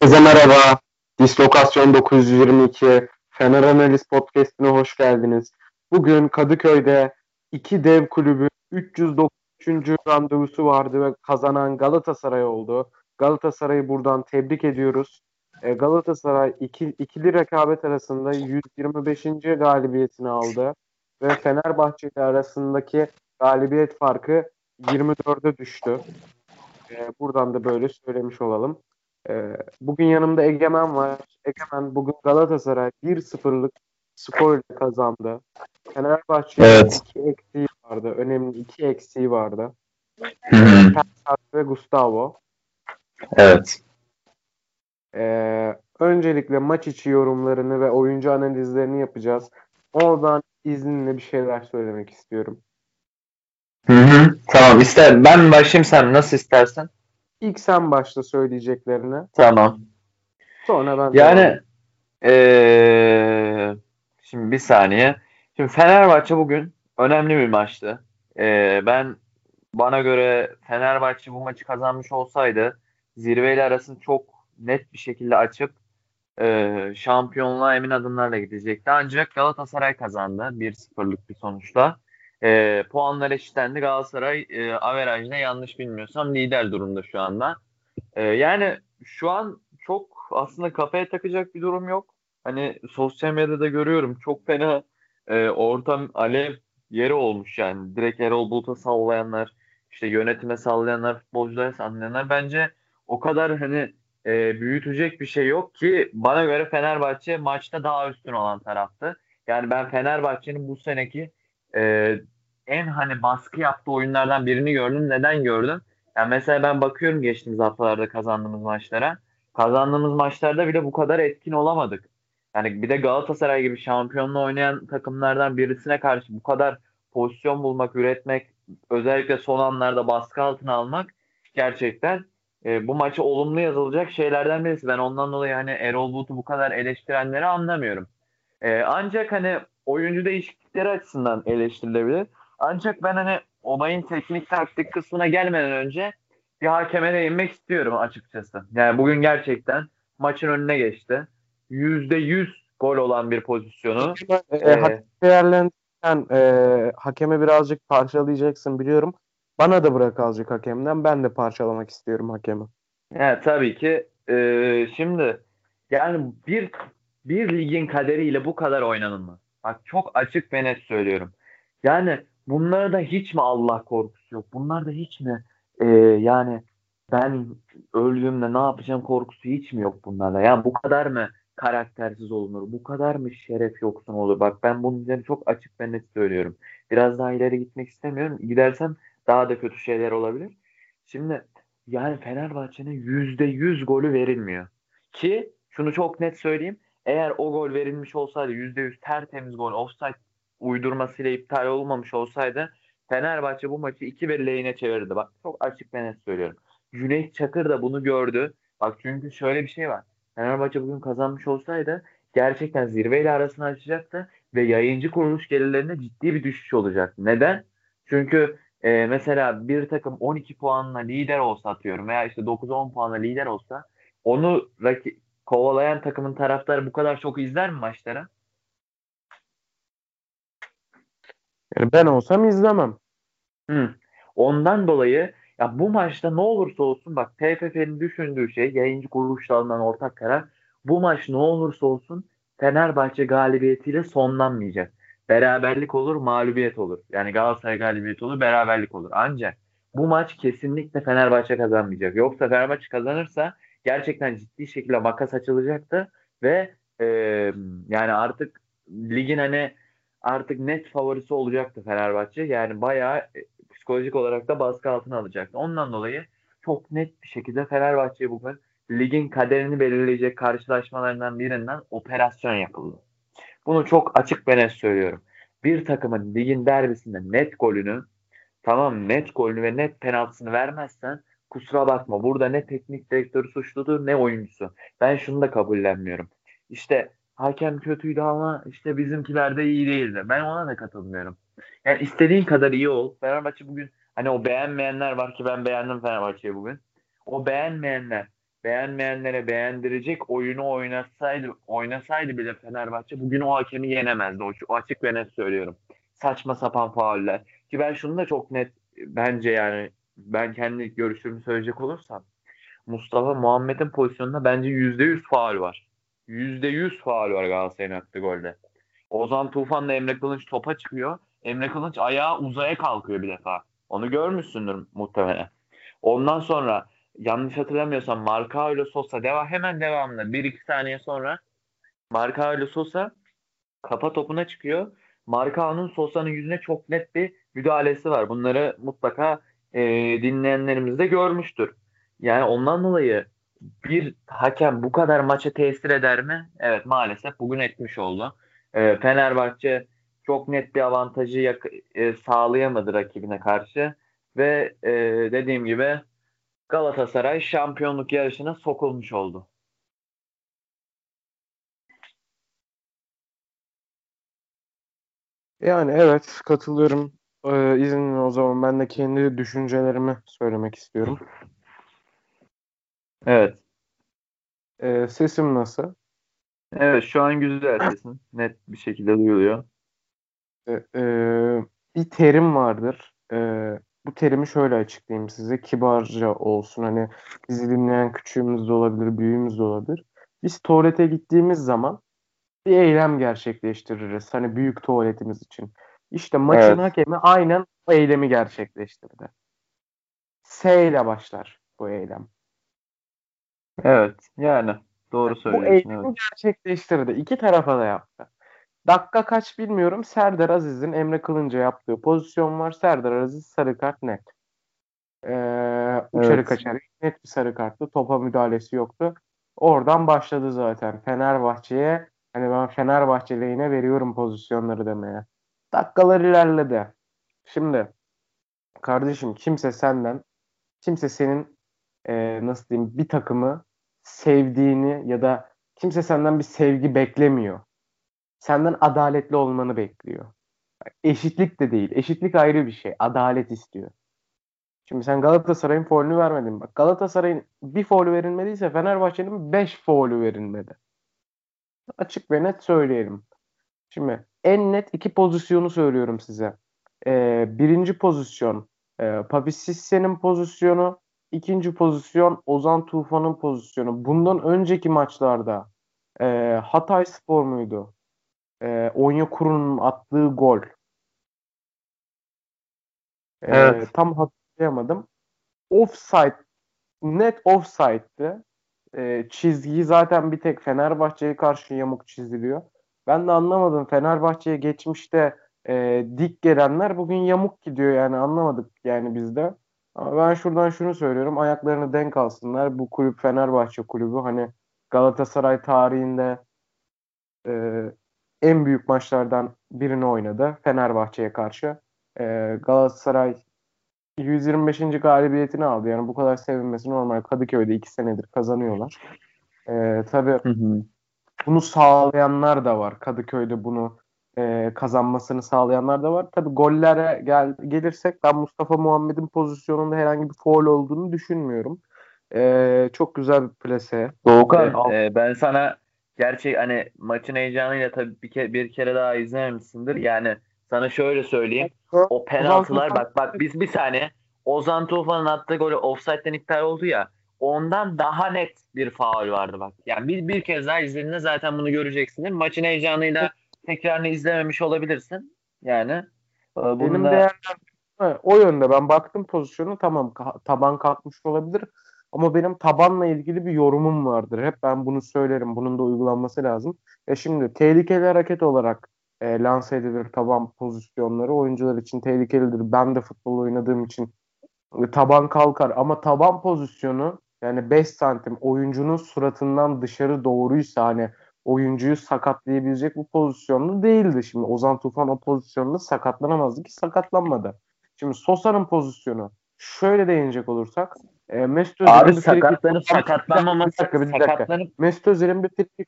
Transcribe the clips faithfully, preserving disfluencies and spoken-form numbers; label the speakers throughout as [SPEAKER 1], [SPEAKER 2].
[SPEAKER 1] Herkese merhaba. Dislokasyon dokuz yüz yirmi iki Fener Analiz Podcast'ine hoş geldiniz. Bugün Kadıköy'de iki dev kulübün üç yüz dokuz üçüncü randevusu vardı ve kazanan Galatasaray oldu. Galatasaray'ı buradan tebrik ediyoruz. E, Galatasaray iki, ikili rekabet arasında yüz yirmi beşinci galibiyetini aldı ve Fenerbahçe ile arasındaki galibiyet farkı yirmi dörde düştü. E, buradan da böyle söylemiş olalım. E, bugün yanımda Egemen var. Egemen bugün Galatasaray bir sıfırlık skor ile kazandı. Fenerbahçe'nin
[SPEAKER 2] Evet.
[SPEAKER 1] iki eksiği vardı. Önemli iki eksiği vardı.
[SPEAKER 2] Hı
[SPEAKER 1] E,
[SPEAKER 2] hı.
[SPEAKER 1] Ferhat ve Gustavo.
[SPEAKER 2] Evet.
[SPEAKER 1] E, öncelikle maç içi yorumlarını ve oyuncu analizlerini yapacağız. Oradan izninle bir şeyler söylemek istiyorum.
[SPEAKER 2] Hı hı. Tamam. İster ben mi başlayayım, sen nasıl istersen.
[SPEAKER 1] İlk sen başla söyleyeceklerini.
[SPEAKER 2] Tamam.
[SPEAKER 1] Sonra ben devam edeyim.
[SPEAKER 2] Yani eee, şimdi bir saniye. Şimdi Fenerbahçe bugün önemli bir maçtı. Eee, ben bana göre Fenerbahçe bu maçı kazanmış olsaydı zirveyle arasını çok net bir şekilde açıp eee şampiyonluğa emin adımlarla gidecekti. Ancak Galatasaray kazandı bir sıfırlık bir sonuçla. Eee puanlar eşitlendi. Galatasaray eee averajda yanlış bilmiyorsam lider durumda şu anda. Ee, yani şu an çok aslında kafaya takacak bir durum yok. Hani sosyal medyada görüyorum, çok fena e, ortam alev yeri olmuş yani. Direkt Erol Bulut'a sallayanlar, işte yönetime sallayanlar, futbolculara sallayanlar. Bence o kadar hani e, büyütecek bir şey yok ki, bana göre Fenerbahçe maçta daha üstün olan taraftı. Yani ben Fenerbahçe'nin bu seneki e, en hani baskı yaptığı oyunlardan birini gördüm. Neden gördüm? Yani mesela ben bakıyorum geçtiğimiz haftalarda kazandığımız maçlara. Kazandığımız maçlarda bile bu kadar etkin olamadık. Yani bir de Galatasaray gibi şampiyonla oynayan takımlardan birisine karşı bu kadar pozisyon bulmak, üretmek, özellikle son anlarda baskı altına almak gerçekten e, bu maçı olumlu yazılacak şeylerden birisi. Ben ondan dolayı hani Erol Bulut'u bu kadar eleştirenleri anlamıyorum. Ee, ancak hani oyuncu değişiklikleri açısından eleştirilebilir. Ancak ben hani olayın teknik taktik kısmına gelmeden önce bir hakeme değinmek istiyorum açıkçası. Yani bugün gerçekten maçın önüne geçti. Yüzde yüz gol olan bir pozisyonu.
[SPEAKER 1] E, e,
[SPEAKER 2] E,
[SPEAKER 1] hakem değerlendirirken e, hakeme birazcık parçalayacaksın biliyorum. Bana da bırak azıcık hakemden. Ben de parçalamak istiyorum hakemi.
[SPEAKER 2] yani tabii ki e, şimdi yani bir bir ligin kaderiyle bu kadar oynanılmaz. Bak çok açık ve net söylüyorum. Yani bunlarda hiç mi Allah korkusu yok? Bunlarda hiç mi e, yani ben öldüğümde ne yapacağım korkusu hiç mi yok bunlarda? Yani bu kadar mı karaktersiz olunur? Bu kadar mı şeref yoksun olur? Bak ben bunun üzerine çok açık ve net söylüyorum. Biraz daha ileri gitmek istemiyorum. Gidersem daha da kötü şeyler olabilir. Şimdi yani Fenerbahçe'nin yüzde yüz golü verilmiyor. Ki şunu çok net söyleyeyim. Eğer o gol verilmiş olsaydı, yüzde yüz tertemiz gol, offside uydurmasıyla iptal olmamış olsaydı, Fenerbahçe bu maçı iki bir lehine çevirirdi. Bak çok açık ve net söylüyorum. Cüneyt Çakır da bunu gördü. Bak çünkü şöyle bir şey var. Fenerbahçe bugün kazanmış olsaydı gerçekten zirveyle arasını açacaktı ve yayıncı kuruluş gelirlerinde ciddi bir düşüş olacaktı. Neden? Çünkü ee, mesela bir takım on iki puanla lider olsa, atıyorum, veya işte dokuz on puanla lider olsa, onu raki- kovalayan takımın taraftarı bu kadar çok izler mi maçlara?
[SPEAKER 1] Yani ben olsam izlemem.
[SPEAKER 2] Hı. Ondan dolayı ya bu maçta ne olursa olsun, bak T F F'nin düşündüğü şey, yayıncı kuruluşla alınan ortak karar, bu maç ne olursa olsun Fenerbahçe galibiyetiyle sonlanmayacak. Beraberlik olur, mağlubiyet olur. Yani Galatasaray galibiyeti olur, beraberlik olur. Ancak bu maç kesinlikle Fenerbahçe kazanmayacak. Yoksa Fenerbahçe kazanırsa gerçekten ciddi şekilde makas açılacaktı ve e, yani artık ligin hani artık net favorisi olacaktı Fenerbahçe. Yani bayağı psikolojik olarak da baskı altına alacaktı. Ondan dolayı çok net bir şekilde Fenerbahçe'ye bugün ligin kaderini belirleyecek karşılaşmalarından birinden operasyon yapıldı. Bunu çok açık ve net söylüyorum. Bir takımın ligin derbisinde net golünü, tamam, net golünü ve net penaltısını vermezsen, kusura bakma, burada ne teknik direktörü suçludur ne oyuncusu. Ben şunu da kabullenmiyorum. İşte hakem kötüydü ama işte bizimkiler de iyi değildi. Ben ona da katılmıyorum. Yani istediğin kadar iyi ol. Fenerbahçe bugün, hani o beğenmeyenler var ki, ben beğendim Fenerbahçe'yi bugün. O beğenmeyenler beğenmeyenlere beğendirecek oyunu oynasaydı oynasaydı bile Fenerbahçe bugün o hakemi yenemezdi. O, o açık ve net söylüyorum. Saçma sapan fauller. Ki ben şunu da çok net bence yani ben kendi görüşümü söyleyecek olursam Mustafa Muhammed'in pozisyonunda bence yüzde yüz faul var. yüzde yüz faul var Galatasaray'ın attığı golde. Ozan Tufan'la Emre Kılınç topa çıkıyor. Emre Kılınç ayağı uzaya kalkıyor bir defa. Onu görmüşsündür muhtemelen. Ondan sonra yanlış hatırlamıyorsam Marcao ile Sosa deva hemen devamında bir iki saniye sonra Marcao ile Sosa kafa topuna çıkıyor. Marcao'nun Sosa'nın yüzüne çok net bir müdahalesi var. Bunları mutlaka e, dinleyenlerimiz de görmüştür. Yani ondan dolayı bir hakem bu kadar maça tesir eder mi? Evet maalesef bugün etmiş oldu. E, Fenerbahçe çok net bir avantajı yak- e, sağlayamadı rakibine karşı ve e, dediğim gibi Galatasaray şampiyonluk yarışına sokulmuş oldu.
[SPEAKER 1] Yani evet, katılıyorum. Ee, izninle o zaman ben de kendi düşüncelerimi söylemek istiyorum.
[SPEAKER 2] Evet.
[SPEAKER 1] Ee, sesim nasıl?
[SPEAKER 2] Evet şu an güzel sesin. Net bir şekilde duyuluyor.
[SPEAKER 1] Ee, e, bir terim vardır. Ee, bu terimi şöyle açıklayayım size. Kibarca olsun. Hani bizi dinleyen küçüğümüz de olabilir, büyüğümüz de olabilir. Biz tuvalete gittiğimiz zaman bir eylem gerçekleştiririz. Hani büyük tuvaletimiz için. İşte maçın
[SPEAKER 2] Evet.
[SPEAKER 1] hakemi aynen o eylemi gerçekleştirdi. S ile başlar bu eylem.
[SPEAKER 2] Evet. Yani doğru
[SPEAKER 1] Bu
[SPEAKER 2] söylüyorsun. Evet.
[SPEAKER 1] eylemi gerçekleştirdi. İki tarafa da yaptı. Dakika kaç bilmiyorum. Serdar Aziz'in Emre Kılınç'a yaptığı pozisyon var. Serdar Aziz sarı kart net. Ee, uçarı
[SPEAKER 2] Evet.
[SPEAKER 1] kaçarı net bir sarı karttı. Topa müdahalesi yoktu. Oradan başladı zaten. Fenerbahçe'ye hani ben Fenerbahçe lehine veriyorum pozisyonları demeye. Dakikalar ilerledi. Şimdi kardeşim kimse senden kimse senin e, nasıl diyeyim bir takımı sevdiğini ya da kimse senden bir sevgi beklemiyor. Senden adaletli olmanı bekliyor. Eşitlik de değil. Eşitlik ayrı bir şey. Adalet istiyor. Şimdi sen Galatasaray'ın faulünü vermedin. Bak Galatasaray'ın bir faulü verilmediyse Fenerbahçe'nin beş faulü verilmedi. Açık ve net söyleyelim. Şimdi en net iki pozisyonu söylüyorum size. Ee, birinci pozisyon e, Papi Cisse'nin pozisyonu. İkinci pozisyon Ozan Tufan'ın pozisyonu. Bundan önceki maçlarda e, Hatayspor muydu? E, Onyekuru'nun attığı gol. E,
[SPEAKER 2] Evet.
[SPEAKER 1] tam hatırlayamadım. Offside, net offside'dı. E, çizgiyi zaten bir tek Fenerbahçe'ye karşı yamuk çiziliyor. Ben de anlamadım. Fenerbahçe'ye geçmişte e, dik gelenler bugün yamuk gidiyor yani anlamadık yani biz de. Ama ben şuradan şunu söylüyorum. Ayaklarını denk alsınlar. Bu kulüp Fenerbahçe kulübü. Hani Galatasaray tarihinde e, en büyük maçlardan birini oynadı Fenerbahçe'ye karşı. E, Galatasaray yüz yirmi beşinci galibiyetini aldı. Yani bu kadar sevinmesi normal. Kadıköy'de iki senedir kazanıyorlar. Ee, tabii
[SPEAKER 2] Hı hı.
[SPEAKER 1] bunu sağlayanlar da var. Kadıköy'de bunu e, kazanmasını sağlayanlar da var. Tabii gollere gel gelirsek ben Mustafa Muhammed'in pozisyonunda herhangi bir faul olduğunu düşünmüyorum. Ee, çok güzel bir plase. E,
[SPEAKER 2] Doğukan,
[SPEAKER 1] alt-
[SPEAKER 2] e, ben sana gerçek hani maçın heyecanıyla tabii bir, ke- bir kere daha izlememişsindir. Yani sana şöyle söyleyeyim. O
[SPEAKER 1] Ozan
[SPEAKER 2] penaltılar
[SPEAKER 1] Tufan
[SPEAKER 2] bak bak biz bir saniye Ozan Tufan'ın attığı golü ofsaytten iptal oldu ya. Ondan daha net bir faul vardı bak. Yani bir, bir kez daha izlediğinde zaten bunu göreceksin. Maçın heyecanıyla tekrarını izlememiş olabilirsin. Yani e, bunu
[SPEAKER 1] benim
[SPEAKER 2] da
[SPEAKER 1] değerlendirme o yönde. Ben baktım pozisyonu tamam ka- taban kalkmış olabilir ama benim tabanla ilgili bir yorumum vardır. Hep ben bunu söylerim. Bunun da uygulanması lazım. E şimdi tehlikeli hareket olarak e, lanse edilir taban pozisyonları. Oyuncular için tehlikelidir. Ben de futbol oynadığım için e, taban kalkar ama taban pozisyonu yani beş santim oyuncunun suratından dışarı doğruysa hani oyuncuyu sakatlayabilecek bu pozisyonda değildi. Şimdi Ozan Tufan o pozisyonda sakatlanamazdı ki sakatlanmadı. Şimdi Sosa'nın pozisyonu şöyle değinecek olursak e, Mesut
[SPEAKER 2] abi
[SPEAKER 1] Özil'in bir frikik
[SPEAKER 2] sakatlanıp
[SPEAKER 1] kullanma bir dakika bir
[SPEAKER 2] sakatlanmaması
[SPEAKER 1] dakika bir dakika.
[SPEAKER 2] sakatlanıp
[SPEAKER 1] Mesut Özil'in bir frikik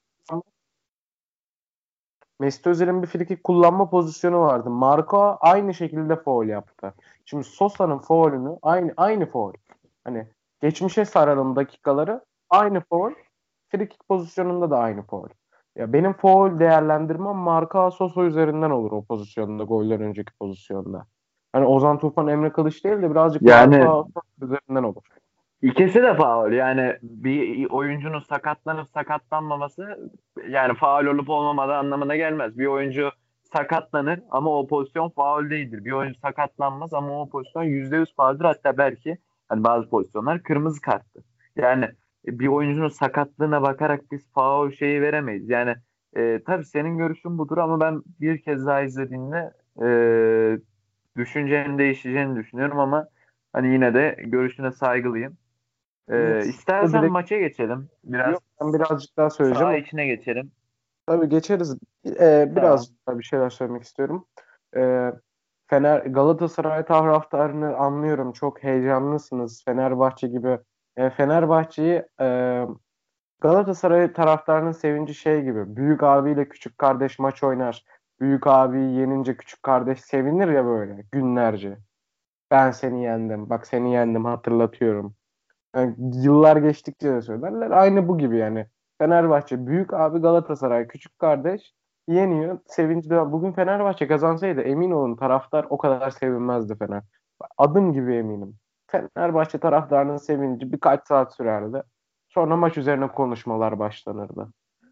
[SPEAKER 1] Mesut Özil'in bir frikik kullanma pozisyonu vardı. Marco aynı şekilde faul yaptı. Şimdi Sosa'nın faulünü aynı aynı faul. Hani geçmişe saralım dakikaları. aynı faul. Free kick pozisyonunda da aynı faul. Ya benim faul değerlendirmem Marka Soso üzerinden olur o pozisyonda, golden önceki pozisyonda. Hani Ozan Tufan, Emre Kılıç değil de birazcık
[SPEAKER 2] Yani
[SPEAKER 1] Marka Soso üzerinden olur.
[SPEAKER 2] ikisi de faul. Yani bir oyuncunun sakatlanıp sakatlanmaması yani faul olup olmamadığı anlamına gelmez. Bir oyuncu sakatlanır ama o pozisyon faul değildir. Bir oyuncu sakatlanmaz ama o pozisyon yüzde yüz fauldür. Hatta belki hani bazı pozisyonlar kırmızı karttı. Yani bir oyuncunun sakatlığına bakarak biz faul şeyi veremeyiz. Yani e, tabii senin görüşün budur ama ben bir kez daha izlediğimde e, düşüncenin değişeceğini düşünüyorum ama hani yine de görüşüne saygılıyım. Ee,
[SPEAKER 1] Şurada
[SPEAKER 2] istersen
[SPEAKER 1] direkt
[SPEAKER 2] maça geçelim. Biraz
[SPEAKER 1] yok. Ben birazcık daha
[SPEAKER 2] saha
[SPEAKER 1] söyleyeceğim.
[SPEAKER 2] içine geçelim.
[SPEAKER 1] Tabii geçeriz. Ee,
[SPEAKER 2] Tamam.
[SPEAKER 1] birazcık daha bir şeyler söylemek istiyorum. Ee, Fener Galatasaray taraftarını anlıyorum. Çok heyecanlısınız. Fenerbahçe gibi. Ee, Fenerbahçe'yi e, Galatasaray taraftarının sevinci şey gibi. Büyük abiyle küçük kardeş maç oynar. Büyük abi yenince küçük kardeş sevinir ya böyle günlerce. Ben seni yendim. Bak seni yendim hatırlatıyorum. Yani yıllar geçtikçe de söylerler. Aynı bu gibi yani. Fenerbahçe büyük abi, Galatasaray küçük kardeş yeniyor. Sevinci de bugün Fenerbahçe kazansaydı emin olun taraftar o kadar sevinmezdi Fener. Adım gibi eminim. Fenerbahçe taraftarının sevinci birkaç saat sürerdi. Sonra maç üzerine konuşmalar başlanırdı.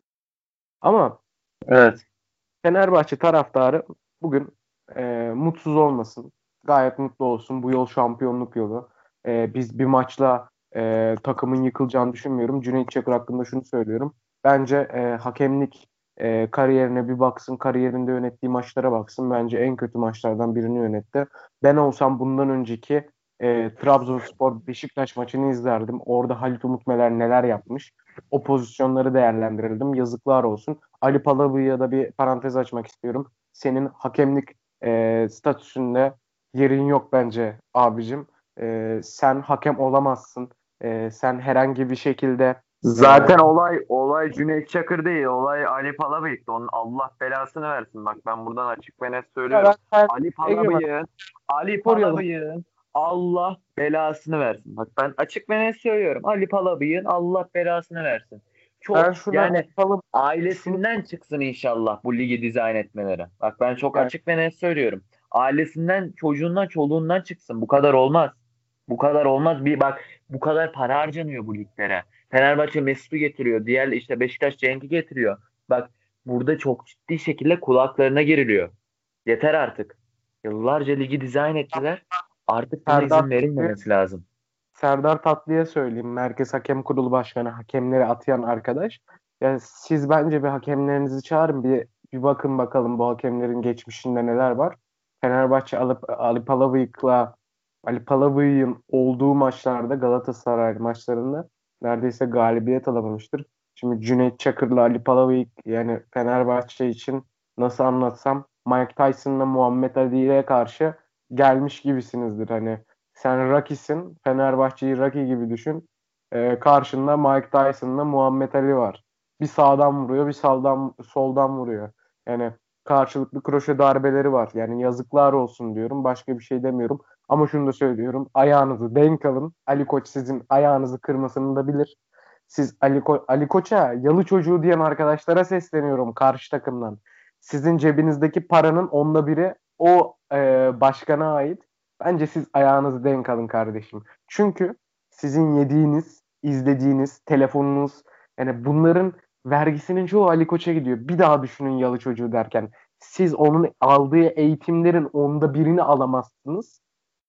[SPEAKER 1] Ama
[SPEAKER 2] Evet.
[SPEAKER 1] Fenerbahçe taraftarı bugün e, mutsuz olmasın. Gayet mutlu olsun. Bu yol şampiyonluk yolu. E, biz bir maçla e, takımın yıkılacağını düşünmüyorum. Cüneyt Çakır hakkında şunu söylüyorum. Bence e, hakemlik e, kariyerine bir baksın. Kariyerinde yönettiği maçlara baksın. Bence en kötü maçlardan birini yönetti. Ben olsam bundan önceki e, Trabzonspor Beşiktaş maçını izlerdim. Orada Halit Umutmeler neler yapmış. O pozisyonları değerlendirirdim. Yazıklar olsun. Ali Palabı'ya da bir parantez açmak istiyorum. Senin hakemlik e, statüsünde yerin yok bence abicim. E, sen hakem olamazsın. E, sen herhangi bir şekilde e,
[SPEAKER 2] Zaten olay olay Cüneyt Çakır değil. Olay Ali Palabıyık'tı. Onun Allah belasını versin. Bak ben buradan açık ve net
[SPEAKER 1] ya ben,
[SPEAKER 2] söylüyorum.
[SPEAKER 1] ben
[SPEAKER 2] Ali
[SPEAKER 1] Egemen
[SPEAKER 2] Palabıyık'ın Ali
[SPEAKER 1] koruyalım.
[SPEAKER 2] Palabıyık'ın Allah belasını versin. Bak ben açık ve net söylüyorum. Ali Palabıyık'ın Allah belasını versin.
[SPEAKER 1] Ben
[SPEAKER 2] Çok
[SPEAKER 1] şuna
[SPEAKER 2] yani
[SPEAKER 1] Ali Palabı şunu
[SPEAKER 2] ailesinden çıksın inşallah bu ligi dizayn etmeleri. Bak ben çok
[SPEAKER 1] yani
[SPEAKER 2] açık ve net söylüyorum. Ailesinden, çocuğundan, çoluğundan çıksın. Bu kadar olmaz. Bu kadar olmaz. Bir bak bu kadar para harcanıyor bu liglere. Fenerbahçe Mesut'u getiriyor. Diğer işte Beşiktaş Cenk'i getiriyor. Bak burada çok ciddi şekilde kulaklarına giriliyor. Yeter artık. Yıllarca ligi dizayn ettiler. Artık buna
[SPEAKER 1] Serdar
[SPEAKER 2] izin verilmemesi lazım.
[SPEAKER 1] Serdar Tatlı'ya söyleyeyim. Merkez Hakem Kurulu Başkanı, hakemleri atayan arkadaş. Yani siz bence bir hakemlerinizi çağırın. Bir, bir bakın bakalım bu hakemlerin geçmişinde neler var. Fenerbahçe alıp Ali Palabıyık'la Ali Palabıyık'ın olduğu maçlarda, Galatasaray maçlarında neredeyse galibiyet alamamıştır. Şimdi Cüneyt Çakır'la Ali Palabıyık, yani Fenerbahçe için nasıl anlatsam, Mike Tyson'la Muhammed Ali'ye karşı gelmiş gibisinizdir. Hani sen Rocky'sin. Fenerbahçe'yi Rocky gibi düşün. Ee, karşında Mike Tyson'la Muhammed Ali var. Bir sağdan vuruyor, bir soldan, soldan vuruyor. Yani karşılıklı kroşe darbeleri var. Yani yazıklar olsun diyorum. Başka bir şey demiyorum. Ama şunu da söylüyorum. Ayağınızı denk alın. Ali Koç sizin ayağınızı kırmasını da bilir. Siz Ali, Ko- Ali Koç'a yalı çocuğu diyen arkadaşlara sesleniyorum karşı takımdan. Sizin cebinizdeki paranın onda biri o e, başkana ait. Bence siz ayağınızı denk alın kardeşim. Çünkü sizin yediğiniz, izlediğiniz, telefonunuz, yani bunların vergisinin çoğu Ali Koç'a gidiyor. Bir daha düşünün yalı çocuğu derken. Siz onun aldığı eğitimlerin onda birini alamazsınız.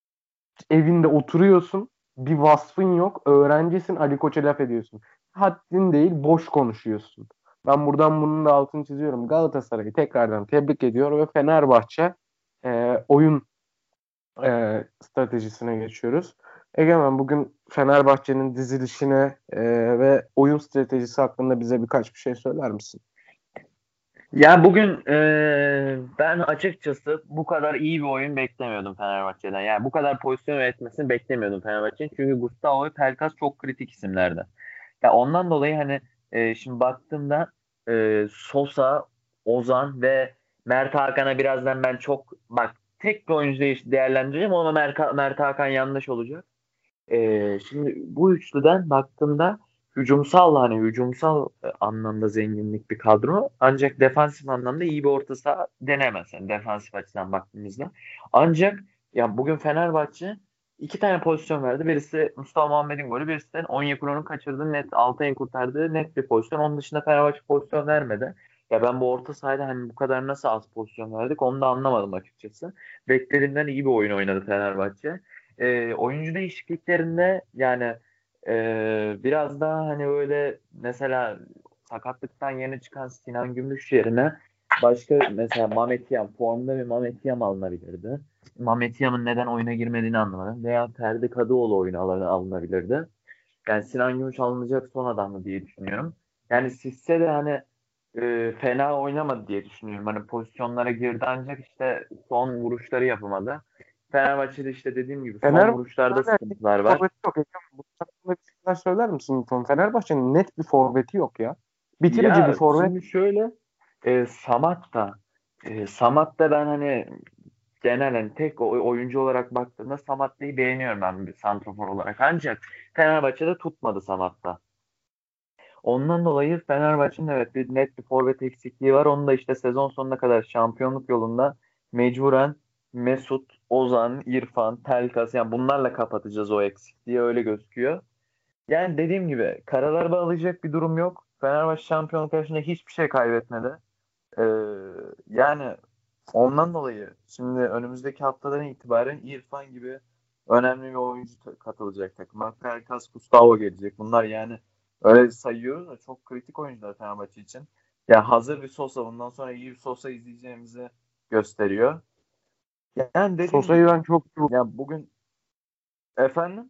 [SPEAKER 1] Evinde oturuyorsun. Bir vasfın yok. Öğrencisin, Ali Koç'a laf ediyorsun. Haddin değil, boş konuşuyorsun. Ben buradan bunun da altını çiziyorum. Galatasaray'ı tekrardan tebrik ediyor ve Fenerbahçe e, oyun e, stratejisine geçiyoruz. Egemen, bugün Fenerbahçe'nin dizilişine e, ve oyun stratejisi hakkında bize birkaç bir şey söyler misin?
[SPEAKER 2] Ya bugün e, ben açıkçası bu kadar iyi bir oyun beklemiyordum Fenerbahçe'den. Yani bu kadar pozisyon üretmesini beklemiyordum Fenerbahçe'nin. Çünkü Gustavo ve Pelkas çok kritik isimlerdi. Ya ondan dolayı hani e, şimdi baktığımda e, Sosa, Ozan ve Mert Hakan'a birazdan ben çok bak tek bir oyuncu değiş- değerlendireceğim ama Mert, Mert Hakan yanlış olacak. E, şimdi bu üçlüden baktığımda hücumsal hani hücumsal e, anlamda zenginlik bir kadro. Ancak defansif anlamda iyi bir orta saha denemez. Yani defansif açıdan baktığımızda. Ancak ya bugün Fenerbahçe iki tane pozisyon verdi. Birisi Mustafa Muhammed'in golü, birisi de Onyekuru'nun kaçırdığı net Altay'ın kurtardığı net bir pozisyon. Onun dışında Fenerbahçe pozisyon vermedi. Ya ben bu orta sahada hani bu kadar nasıl az pozisyon verdik onu da anlamadım açıkçası. Beklediğimden iyi bir oyun oynadı Fenerbahçe. E, oyuncu değişikliklerinde yani ee, biraz daha hani böyle mesela sakatlıktan yeni çıkan Sinan Gümüş yerine başka mesela Mehmet Yam formda bir Mehmet Yam alınabilirdi. Mehmet Yam'ın neden oyuna girmediğini anlamadım. Veya Ferdi Kadıoğlu oyuna alın- alınabilirdi. Yani Sinan Gümüş alınacak son adam mı diye düşünüyorum. Yani Sisse de hani e, fena oynamadı diye düşünüyorum. Hani pozisyonlara girdi ancak işte son vuruşları yapamadı. Fenerbahçe'de işte dediğim gibi son vuruşlarda
[SPEAKER 1] Fenerbahçe'de net
[SPEAKER 2] sıkıntılar
[SPEAKER 1] bir
[SPEAKER 2] var.
[SPEAKER 1] forveti yok. Ekrem, bu hakkında bir şeyler söyler misin lütfen? Fenerbahçe'nin net bir forveti yok ya. Bitirici bir
[SPEAKER 2] Ya
[SPEAKER 1] forvet.
[SPEAKER 2] şimdi şöyle e, Samat da e, Samat da ben hani genel hani tek o- oyuncu olarak baktığımda Samatta'yı beğeniyorum ben bir santrafor olarak. Ancak Fenerbahçe'de tutmadı Samatta. Ondan dolayı Fenerbahçe'nin evet bir net bir forvet eksikliği var. Onu da işte sezon sonuna kadar şampiyonluk yolunda mecburen Mesut, Ozan, İrfan, Pelkas yani bunlarla kapatacağız o eksikliği öyle gözüküyor. Yani dediğim gibi karalar bağlayacak bir durum yok. Fenerbahçe şampiyonluk yarışında hiçbir şey kaybetmedi. Ee, yani ondan dolayı şimdi önümüzdeki haftadan itibaren İrfan gibi önemli bir oyuncu ta- katılacak takıma. Pelkas, Gustavo gelecek. Bunlar yani öyle sayıyoruz da çok kritik oyuncular Fenerbahçe için. Ya hazır bir Sosa bundan sonra iyi bir Sosa izleyeceğimizi gösteriyor. Yani dediğim
[SPEAKER 1] Sosa'yı
[SPEAKER 2] gibi
[SPEAKER 1] ben çok iyi buldum.
[SPEAKER 2] ya bugün efendim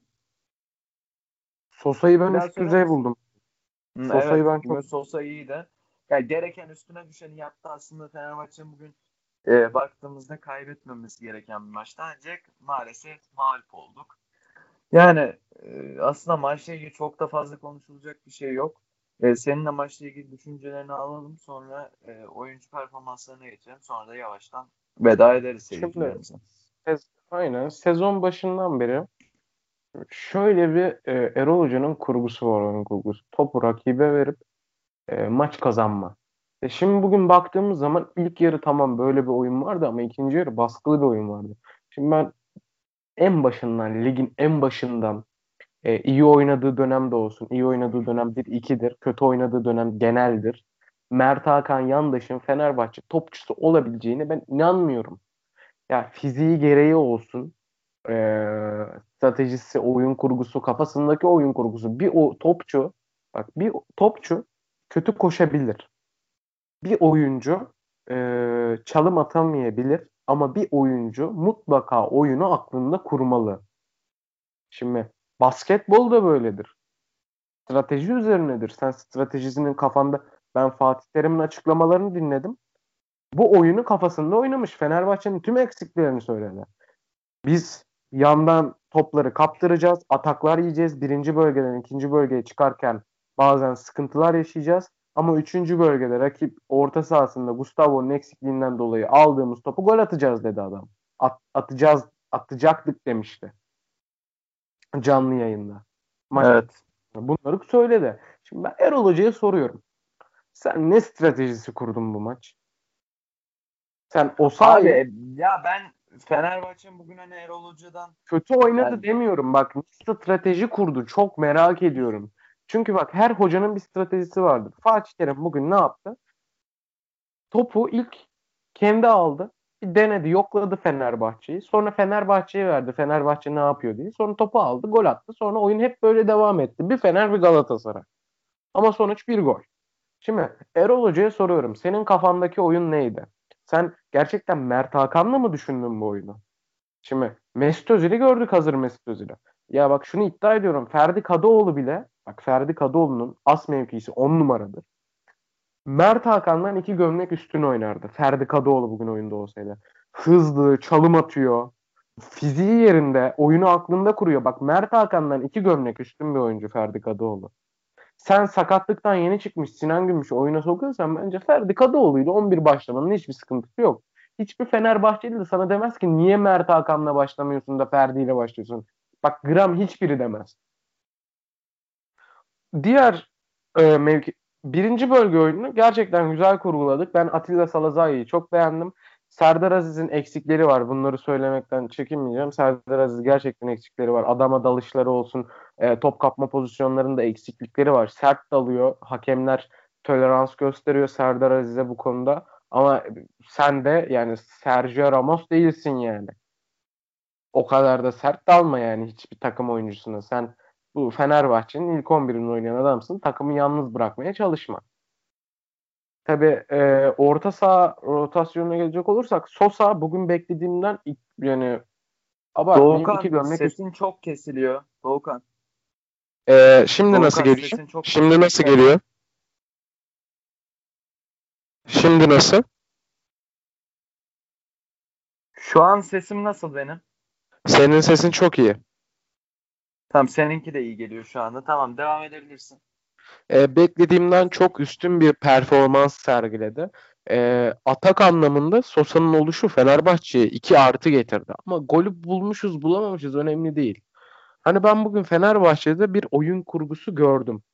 [SPEAKER 1] Sosa'yı
[SPEAKER 2] bir
[SPEAKER 1] ben
[SPEAKER 2] daha
[SPEAKER 1] üst
[SPEAKER 2] söyler
[SPEAKER 1] düzey
[SPEAKER 2] misin?
[SPEAKER 1] buldum.
[SPEAKER 2] Hı,
[SPEAKER 1] Sosa'yı
[SPEAKER 2] evet,
[SPEAKER 1] ben
[SPEAKER 2] bugün
[SPEAKER 1] çok
[SPEAKER 2] Sosa iyiydi. Yani gereken üstüne düşeni yaptı aslında Fenerbahçe'nin bugün e, baktığımızda kaybetmemesi gereken bir maçtı ancak maalesef mağlup olduk. Yani e, aslında maçla ilgili çok da fazla konuşulacak bir şey yok. E, senin de maçla ilgili düşüncelerini alalım sonra e, oyuncu performanslarına geçelim sonra da yavaştan veda ederiz
[SPEAKER 1] şimdi
[SPEAKER 2] seyircilerimize.
[SPEAKER 1] sez- aynen sezon başından beri şöyle bir e, Erol Hoca'nın kurgusu var, onun kurgusu. Topu rakibe verip e, maç kazanma. E şimdi bugün baktığımız zaman ilk yarı tamam böyle bir oyun vardı ama ikinci yarı baskılı bir oyun vardı. Şimdi ben en başından, ligin en başından e, iyi oynadığı dönemde olsun. İyi oynadığı dönem bir ikidir. Kötü oynadığı dönem geneldir. Mert Hakan Yandaş'ın Fenerbahçe topçusu olabileceğine ben inanmıyorum. Ya fiziği gereği olsun. e, Stratejisi, oyun kurgusu, kafasındaki oyun kurgusu. Bir o topçu, bak bir topçu kötü koşabilir. Bir oyuncu e, çalım atamayabilir ama bir oyuncu mutlaka oyunu aklında kurmalı. Şimdi basketbol da böyledir. Strateji üzerinedir. Sen stratejisinin kafanda, ben Fatih Terim'in açıklamalarını dinledim. Bu oyunu kafasında oynamış. Fenerbahçe'nin tüm eksiklerini söyledi. Biz yandan topları kaptıracağız. Ataklar yiyeceğiz. Birinci bölgeden ikinci bölgeye çıkarken bazen sıkıntılar yaşayacağız. Ama üçüncü bölgede rakip orta sahasında Gustavo'nun eksikliğinden dolayı aldığımız topu gol atacağız dedi adam. At, atacağız, atacaktık demişti canlı yayında. Maç
[SPEAKER 2] Evet.
[SPEAKER 1] bunları söyledi. Şimdi ben Erol Hoca'ya soruyorum. Sen ne stratejisi kurdun bu maç? Sen
[SPEAKER 2] Abi
[SPEAKER 1] Osayi
[SPEAKER 2] e, ya ben Fenerbahçe'nin bugün hani Erol Hoca'dan
[SPEAKER 1] kötü oynadı
[SPEAKER 2] yani
[SPEAKER 1] demiyorum. Bak ne strateji kurdu. Çok merak ediyorum. Çünkü bak her hocanın bir stratejisi vardır. Fatih Terim bugün ne yaptı? Topu ilk kendi aldı. Bir denedi, yokladı Fenerbahçe'yi. Sonra Fenerbahçe'ye verdi. Fenerbahçe ne yapıyor diye. Sonra topu aldı, gol attı. Sonra oyun hep böyle devam etti. Bir Fener, bir Galatasaray. Ama sonuç bir gol. Şimdi Erol Hoca'ya soruyorum. Senin kafandaki oyun neydi? Sen gerçekten Mert Hakan'la mı düşündün bu oyunu? Şimdi Mesut Özil'i gördük, hazır Mesut Özil'i. Ya bak şunu iddia ediyorum. Ferdi Kadıoğlu bile, bak Ferdi Kadıoğlu'nun as mevkisi on numaradır. Mert Hakan'dan iki gömlek üstün oynardı. Ferdi Kadıoğlu bugün oyunda olsaydı. Hızlı, çalım atıyor. Fiziği yerinde, oyunu aklında kuruyor. Bak Mert Hakan'dan iki gömlek üstün bir oyuncu Ferdi Kadıoğlu. Sen sakatlıktan yeni çıkmış Sinan Gümüş'ü oyuna sokuyorsan bence Ferdi Kadıoğlu'yla on bir başlamanın hiçbir sıkıntısı yok. Hiçbir Fenerbahçeli de sana demez ki niye Mert Hakan'la başlamıyorsun da Ferdi ile başlıyorsun. Bak gram hiçbiri demez. diğer e, mevki birinci bölge oyununu gerçekten güzel kurguladık. Ben Atilla Salazar'ı çok beğendim. Serdar Aziz'in eksikleri var. Bunları söylemekten çekinmeyeceğim. Serdar Aziz gerçekten eksikleri var. Adama dalışları olsun, e, top kapma pozisyonlarında eksiklikleri var. Sert dalıyor. Hakemler tolerans gösteriyor Serdar Aziz'e bu konuda. Ama sen de yani Sergio Ramos değilsin yani. O kadar da sert dalma yani hiçbir takım oyuncusuna. Sen bu Fenerbahçe'nin ilk on birinde oynayan adamsın. Takımı yalnız bırakmaya çalışma. Tabii e, orta saha rotasyonuna gelecek olursak Sosa bugün beklediğimden ilk- yani abartmayayım iki
[SPEAKER 2] Doğukan
[SPEAKER 1] gömlek üst.
[SPEAKER 2] sesin çok kesiliyor. Doğukan.
[SPEAKER 1] E, şimdi nasıl
[SPEAKER 2] Doğukan
[SPEAKER 1] geliyor?
[SPEAKER 2] sesin çok
[SPEAKER 1] Şimdi
[SPEAKER 2] kesiliyor.
[SPEAKER 1] nasıl
[SPEAKER 2] Dikkat et.
[SPEAKER 1] geliyor? Şimdi nasıl?
[SPEAKER 2] Şu an sesim nasıl benim?
[SPEAKER 1] Senin sesin çok iyi.
[SPEAKER 2] Tamam, seninki de iyi geliyor şu anda. Tamam, devam edebilirsin.
[SPEAKER 1] E, beklediğimden çok üstün bir performans sergiledi. E, atak anlamında Sosa'nın oluşu Fenerbahçe'ye iki artı getirdi. Ama golü bulmuşuz bulamamışız önemli değil. Hani ben bugün Fenerbahçe'de bir oyun kurgusu gördüm.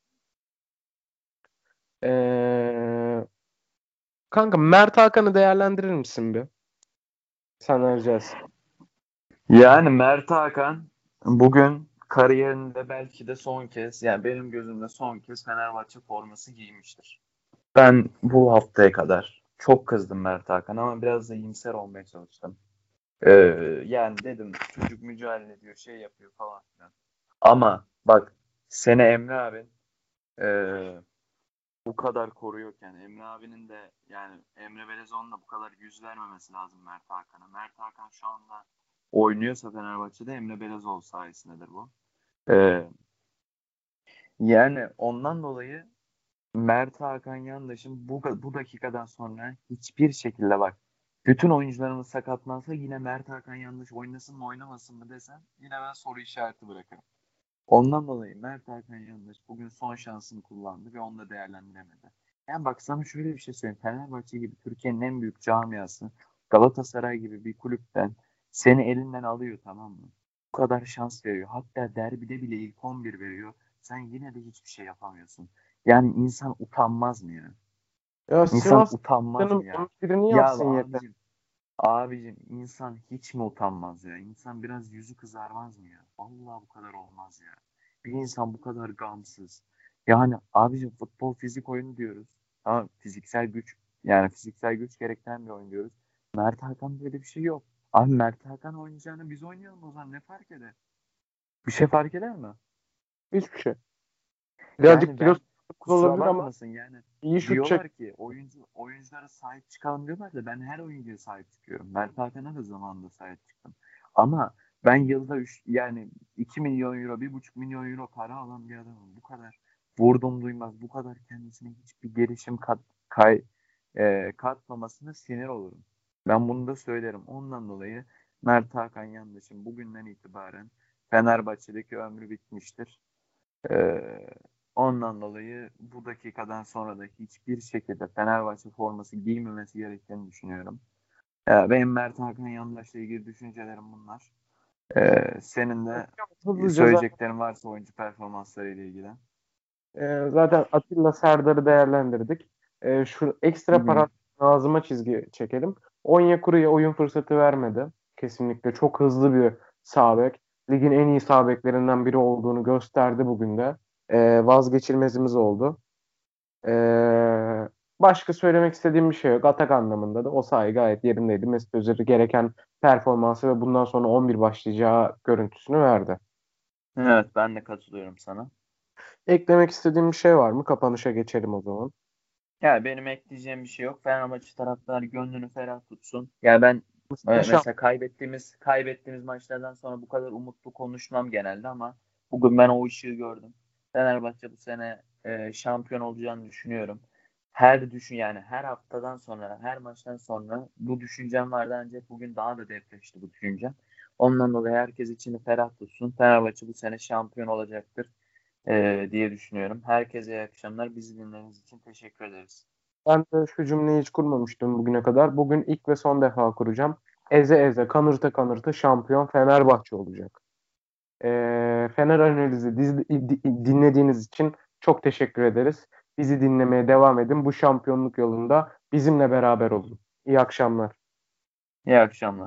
[SPEAKER 1] E, kanka Mert Hakan'ı değerlendirir misin bir? Sen arayacağız.
[SPEAKER 2] Yani Mert Hakan bugün kariyerinde belki de son kez, yani benim gözümde son kez Fenerbahçe forması giymiştir. Ben bu haftaya kadar çok kızdım Mert Hakan ama biraz da iyimser olmaya çalıştım. Ee, Yani dedim çocuk mücadele ediyor, şey yapıyor falan filan. Ama bak, seni Emre abin e, bu kadar koruyorken, Emre abinin de yani Emre Belezoğlu'nun da bu kadar yüz vermemesi lazım Mert Hakan'a. Mert Hakan şu anda oynuyorsa Fenerbahçe'de Emre Belezoğlu sayesindedir bu. Ee, Yani ondan dolayı Mert Hakan Yandaş'ın bu, bu dakikadan sonra hiçbir şekilde, bak, bütün oyuncularımız sakatlansa yine Mert Hakan Yandaş oynasın mı oynamasın mı desen yine ben soru işareti bırakırım. Ondan dolayı Mert Hakan Yandaş bugün son şansını kullandı ve onu da değerlendiremedi. Yani bak, sana şöyle bir şey söyleyeyim. Fenerbahçe gibi Türkiye'nin en büyük camiası Galatasaray gibi bir kulüpten seni elinden alıyor, tamam mı? Bu kadar şans veriyor. Hatta derbide bile ilk on bir veriyor. Sen yine de hiçbir şey yapamıyorsun. Yani insan utanmaz mı ya?
[SPEAKER 1] Ya
[SPEAKER 2] İnsan
[SPEAKER 1] Sivas
[SPEAKER 2] utanmaz
[SPEAKER 1] canım
[SPEAKER 2] mı ya?
[SPEAKER 1] on birini
[SPEAKER 2] Ya
[SPEAKER 1] yapsın yeter.
[SPEAKER 2] abicim, abicim insan hiç mi utanmaz ya? İnsan biraz yüzü kızarmaz mı ya? Vallahi bu kadar olmaz ya. Bir insan bu kadar gamsız. Yani abicim, futbol fizik oyunu diyoruz. Tamam, fiziksel güç, yani fiziksel güç gerektiren bir oyun diyoruz. Mert Hakan böyle bir şey yok. Abi Mert Hakan oynayacağını biz oynayalım o zaman, ne fark eder? Bir şey fark eder mi?
[SPEAKER 1] Hiçbir şey. Birazcık
[SPEAKER 2] Yani
[SPEAKER 1] kilosu
[SPEAKER 2] ben,
[SPEAKER 1] fazla
[SPEAKER 2] kusura
[SPEAKER 1] olabilir ama
[SPEAKER 2] bakmasın yani,
[SPEAKER 1] iyi şut çek.
[SPEAKER 2] diyorlar ki oyuncu oyunculara sahip çıkalım diyorlar da ben her oyuncuya sahip çıkıyorum. Mert Hakan'a da zamanında sahip çıktım. Ama ben yılda üç, yani iki milyon euro, bir buçuk milyon euro para alan bir adamım. Bu kadar vurdum duymaz, bu kadar kendisine hiçbir gelişim kat, kay, e, katmamasına sinir olurum. Ben bunu da söylerim. Ondan dolayı Mert Hakan Yandaş'ın bugünden itibaren Fenerbahçe'deki ömrü bitmiştir. Ee, Ondan dolayı bu dakikadan sonra da hiçbir şekilde Fenerbahçe forması giymemesi gerektiğini düşünüyorum. Ee, benim Mert Hakan Yandaş'la ilgili düşüncelerim bunlar. Ee, senin de
[SPEAKER 1] Hızlıca zaten,
[SPEAKER 2] söyleyeceklerin varsa oyuncu performansları ile ilgili.
[SPEAKER 1] e, zaten Atilla Serdar'ı değerlendirdik. E, şu
[SPEAKER 2] Hı
[SPEAKER 1] ekstra
[SPEAKER 2] hı.
[SPEAKER 1] para Nazım'a çizgi çekelim. Onyekuru'ya oyun fırsatı vermedi. Kesinlikle çok hızlı bir sağ bek. Ligin en iyi sağ beklerinden biri olduğunu gösterdi bugün de. E, vazgeçilmezimiz oldu. E, başka söylemek istediğim bir şey yok. Atak anlamında da o sahi gayet yerindeydi. Mesut Özil'e gereken performansı ve bundan sonra on bir başlayacağı görüntüsünü verdi.
[SPEAKER 2] Evet, ben de katılıyorum sana.
[SPEAKER 1] Eklemek istediğim bir şey var mı? Kapanışa geçelim o zaman.
[SPEAKER 2] Ya benim ekleyeceğim bir şey yok. Fenerbahçe taraftarı gönlünü ferah tutsun. Ya ben e,
[SPEAKER 1] Yaşam.
[SPEAKER 2] mesela kaybettiğimiz kaybettiğimiz maçlardan sonra bu kadar umutlu konuşmam genelde ama bugün ben o ışığı gördüm. Fenerbahçe bu sene e, şampiyon olacağını düşünüyorum. Her düşün yani her haftadan sonra, her maçtan sonra bu düşüncem vardı, ancak bugün daha da depreşti bu düşüncem. Ondan dolayı herkes içini ferah tutsun. Fenerbahçe bu sene şampiyon olacaktır e, diye düşünüyorum. Herkese iyi akşamlar. Bizi dinlediğiniz için teşekkür ederiz.
[SPEAKER 1] Ben de şu cümleyi hiç kurmamıştım bugüne kadar. Bugün ilk ve son defa kuracağım. Eze eze, kanırta kanırta şampiyon Fenerbahçe olacak. Ee, Fener analizi diz- di- dinlediğiniz için Çok teşekkür ederiz. Bizi dinlemeye devam edin. Bu şampiyonluk yolunda bizimle beraber olun. İyi akşamlar.
[SPEAKER 2] İyi akşamlar.